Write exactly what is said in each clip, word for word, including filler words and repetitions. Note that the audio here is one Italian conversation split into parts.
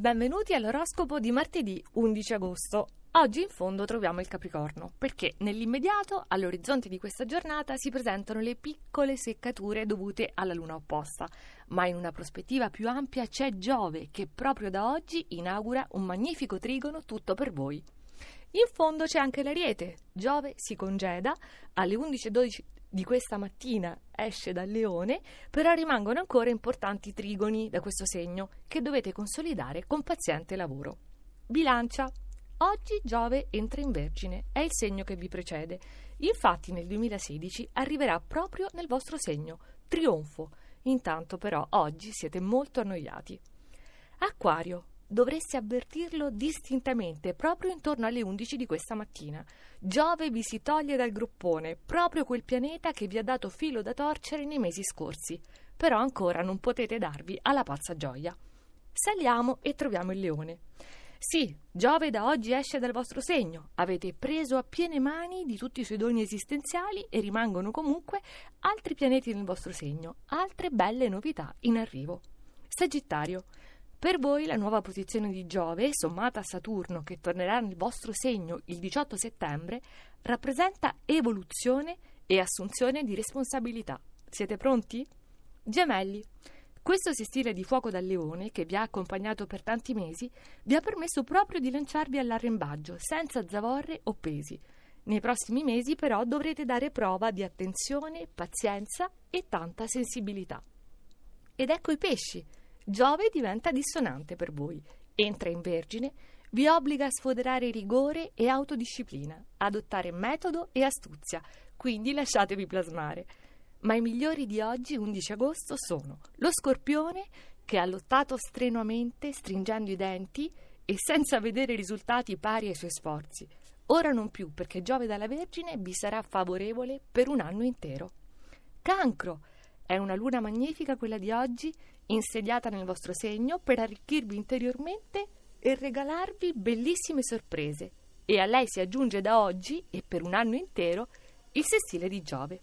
Benvenuti all'oroscopo di martedì undici agosto. Oggi in fondo troviamo il Capricorno, perché nell'immediato, all'orizzonte di questa giornata, si presentano le piccole seccature dovute alla luna opposta, ma in una prospettiva più ampia c'è Giove, che proprio da oggi inaugura un magnifico trigono tutto per voi. In fondo c'è anche l'Ariete. Giove si congeda alle undici e dodici di questa mattina, esce dal Leone, però rimangono ancora importanti trigoni da questo segno che dovete consolidare con paziente lavoro. Bilancia. Oggi Giove entra in Vergine, è il segno che vi precede. Infatti nel duemilasedici arriverà proprio nel vostro segno, trionfo. Intanto però oggi siete molto annoiati. Acquario. Dovreste avvertirlo distintamente proprio intorno alle undici di questa mattina. Giove vi si toglie dal groppone, proprio quel pianeta che vi ha dato filo da torcere nei mesi scorsi. Però ancora non potete darvi alla pazza gioia. Saliamo e troviamo il Leone. Sì, Giove da oggi esce dal vostro segno. Avete preso a piene mani di tutti i suoi doni esistenziali e rimangono comunque altri pianeti nel vostro segno, altre belle novità in arrivo. Sagittario. Per voi la nuova posizione di Giove, sommata a Saturno, che tornerà nel vostro segno il diciotto settembre, rappresenta evoluzione e assunzione di responsabilità. Siete pronti? Gemelli. Questo sestile di fuoco dal Leone, che vi ha accompagnato per tanti mesi, vi ha permesso proprio di lanciarvi all'arrembaggio, senza zavorre o pesi. Nei prossimi mesi, però, dovrete dare prova di attenzione, pazienza e tanta sensibilità. Ed ecco i pesci. Giove diventa dissonante per voi, entra in Vergine, vi obbliga a sfoderare rigore e autodisciplina, adottare metodo e astuzia, quindi lasciatevi plasmare. Ma i migliori di oggi, undici agosto, sono lo Scorpione, che ha lottato strenuamente, stringendo i denti e senza vedere risultati pari ai suoi sforzi. Ora non più, perché Giove dalla Vergine vi sarà favorevole per un anno intero. Cancro. È una luna magnifica quella di oggi, insediata nel vostro segno per arricchirvi interiormente e regalarvi bellissime sorprese. E a lei si aggiunge da oggi, e per un anno intero, il sestile di Giove.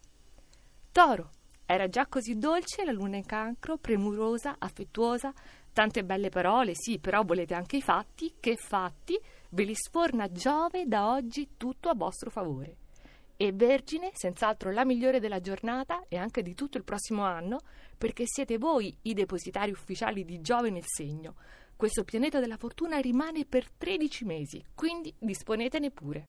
Toro. Era già così dolce la luna in Cancro, premurosa, affettuosa, tante belle parole, sì, però volete anche i fatti. Che fatti? Ve li sforna Giove da oggi tutto a vostro favore. E Vergine, senz'altro la migliore della giornata e anche di tutto il prossimo anno, perché siete voi i depositari ufficiali di Giove nel segno. Questo pianeta della fortuna rimane per tredici mesi, quindi disponetene pure.